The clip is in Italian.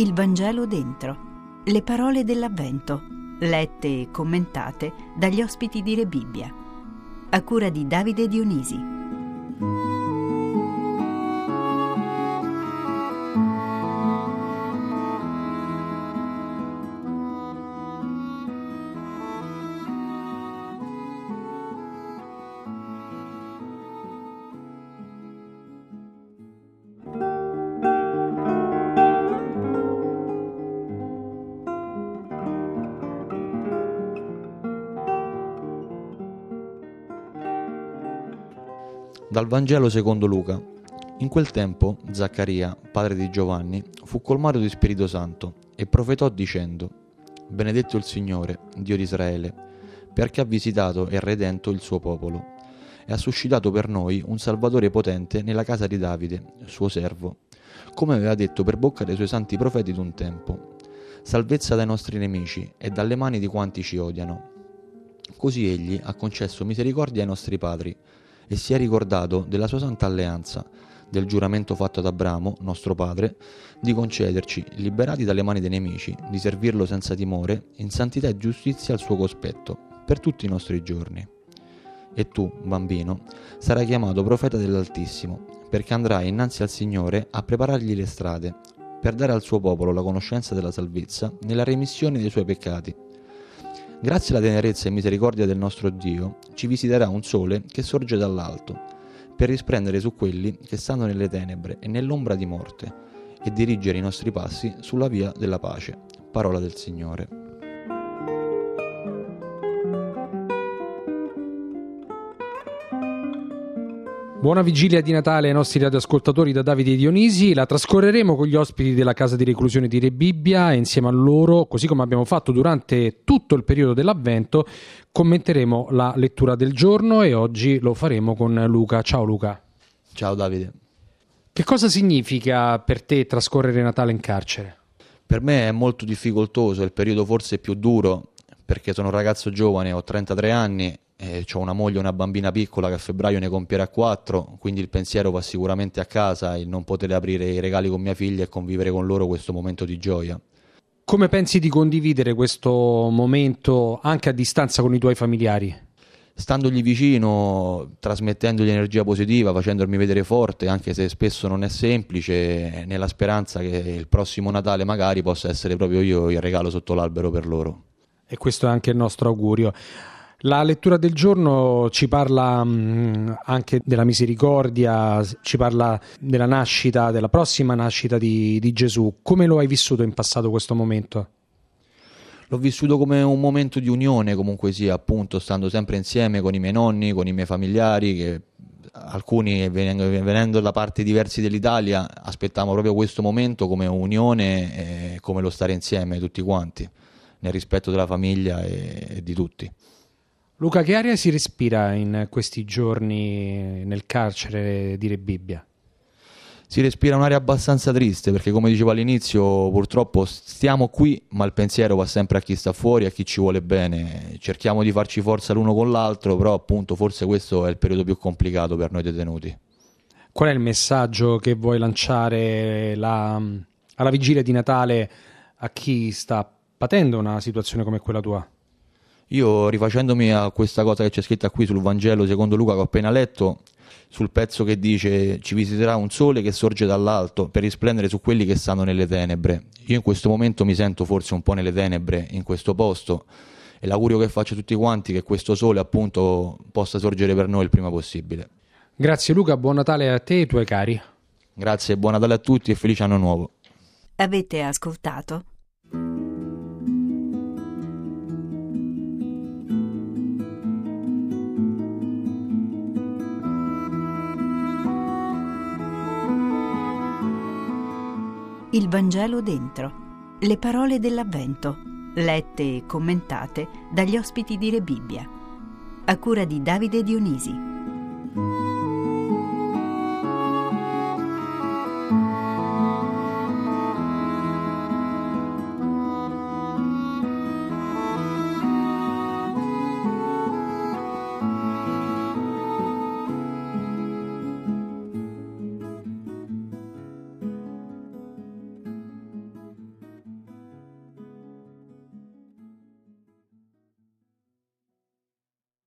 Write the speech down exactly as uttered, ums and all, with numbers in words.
Il Vangelo dentro. Le parole dell'Avvento, lette e commentate dagli ospiti di Rebibbia. A cura di Davide Dionisi. Dal Vangelo secondo Luca. In quel tempo Zaccaria, padre di Giovanni, fu colmato di Spirito Santo e profetò dicendo: Benedetto il Signore, Dio di Israele, perché ha visitato e redento il suo popolo e ha suscitato per noi un Salvatore potente nella casa di Davide, suo servo, come aveva detto per bocca dei suoi santi profeti d'un tempo, salvezza dai nostri nemici e dalle mani di quanti ci odiano. Così egli ha concesso misericordia ai nostri padri e si è ricordato della sua santa alleanza, del giuramento fatto ad Abramo, nostro padre, di concederci, liberati dalle mani dei nemici, di servirlo senza timore, in santità e giustizia al suo cospetto, per tutti i nostri giorni. E tu, bambino, sarai chiamato profeta dell'Altissimo, perché andrai innanzi al Signore a preparargli le strade, per dare al suo popolo la conoscenza della salvezza nella remissione dei suoi peccati. Grazie alla tenerezza e misericordia del nostro Dio, ci visiterà un sole che sorge dall'alto, per risplendere su quelli che stanno nelle tenebre e nell'ombra di morte, e dirigere i nostri passi sulla via della pace. Parola del Signore. Buona vigilia di Natale ai nostri radioascoltatori da Davide Dionisi. La trascorreremo con gli ospiti della casa di reclusione di Rebibbia e insieme a loro, così come abbiamo fatto durante tutto il periodo dell'Avvento, commenteremo la lettura del giorno e oggi lo faremo con Luca. Ciao Luca. Ciao Davide. Che cosa significa per te trascorrere Natale in carcere? Per me è molto difficoltoso, è il periodo forse più duro, perché sono un ragazzo giovane, ho trentatré anni, e ho una moglie e una bambina piccola che a febbraio ne compierà quattro, quindi il pensiero va sicuramente a casa, il non poter aprire i regali con mia figlia e convivere con loro questo momento di gioia. Come pensi di condividere questo momento anche a distanza con i tuoi familiari? Standogli vicino, trasmettendogli energia positiva, facendoli vedere forte, anche se spesso non è semplice, nella speranza che il prossimo Natale magari possa essere proprio io il regalo sotto l'albero per loro. E questo è anche il nostro augurio. La lettura del giorno ci parla mh, anche della misericordia, ci parla della nascita, della prossima nascita di, di Gesù. Come lo hai vissuto in passato questo momento? L'ho vissuto come un momento di unione, comunque sia, appunto, stando sempre insieme con i miei nonni, con i miei familiari, che alcuni venendo, venendo da parti diverse dell'Italia aspettavamo proprio questo momento come unione e come lo stare insieme tutti quanti, nel rispetto della famiglia e, e di tutti. Luca, che aria si respira in questi giorni nel carcere di Rebibbia? Si respira un'aria abbastanza triste perché, come dicevo all'inizio, purtroppo stiamo qui, ma il pensiero va sempre a chi sta fuori, a chi ci vuole bene. Cerchiamo di farci forza l'uno con l'altro, però appunto forse questo è il periodo più complicato per noi detenuti. Qual è il messaggio che vuoi lanciare la, alla vigilia di Natale a chi sta patendo una situazione come quella tua? Io, rifacendomi a questa cosa che c'è scritta qui sul Vangelo secondo Luca che ho appena letto, sul pezzo che dice ci visiterà un sole che sorge dall'alto per risplendere su quelli che stanno nelle tenebre. Io in questo momento mi sento forse un po' nelle tenebre in questo posto e l'augurio che faccio a tutti quanti è che questo sole appunto possa sorgere per noi il prima possibile. Grazie Luca, buon Natale a te e ai tuoi cari. Grazie, buon Natale a tutti e felice anno nuovo. Avete ascoltato Il Vangelo dentro. Le parole dell'Avvento, lette e commentate dagli ospiti di Rebibbia. A cura di Davide Dionisi.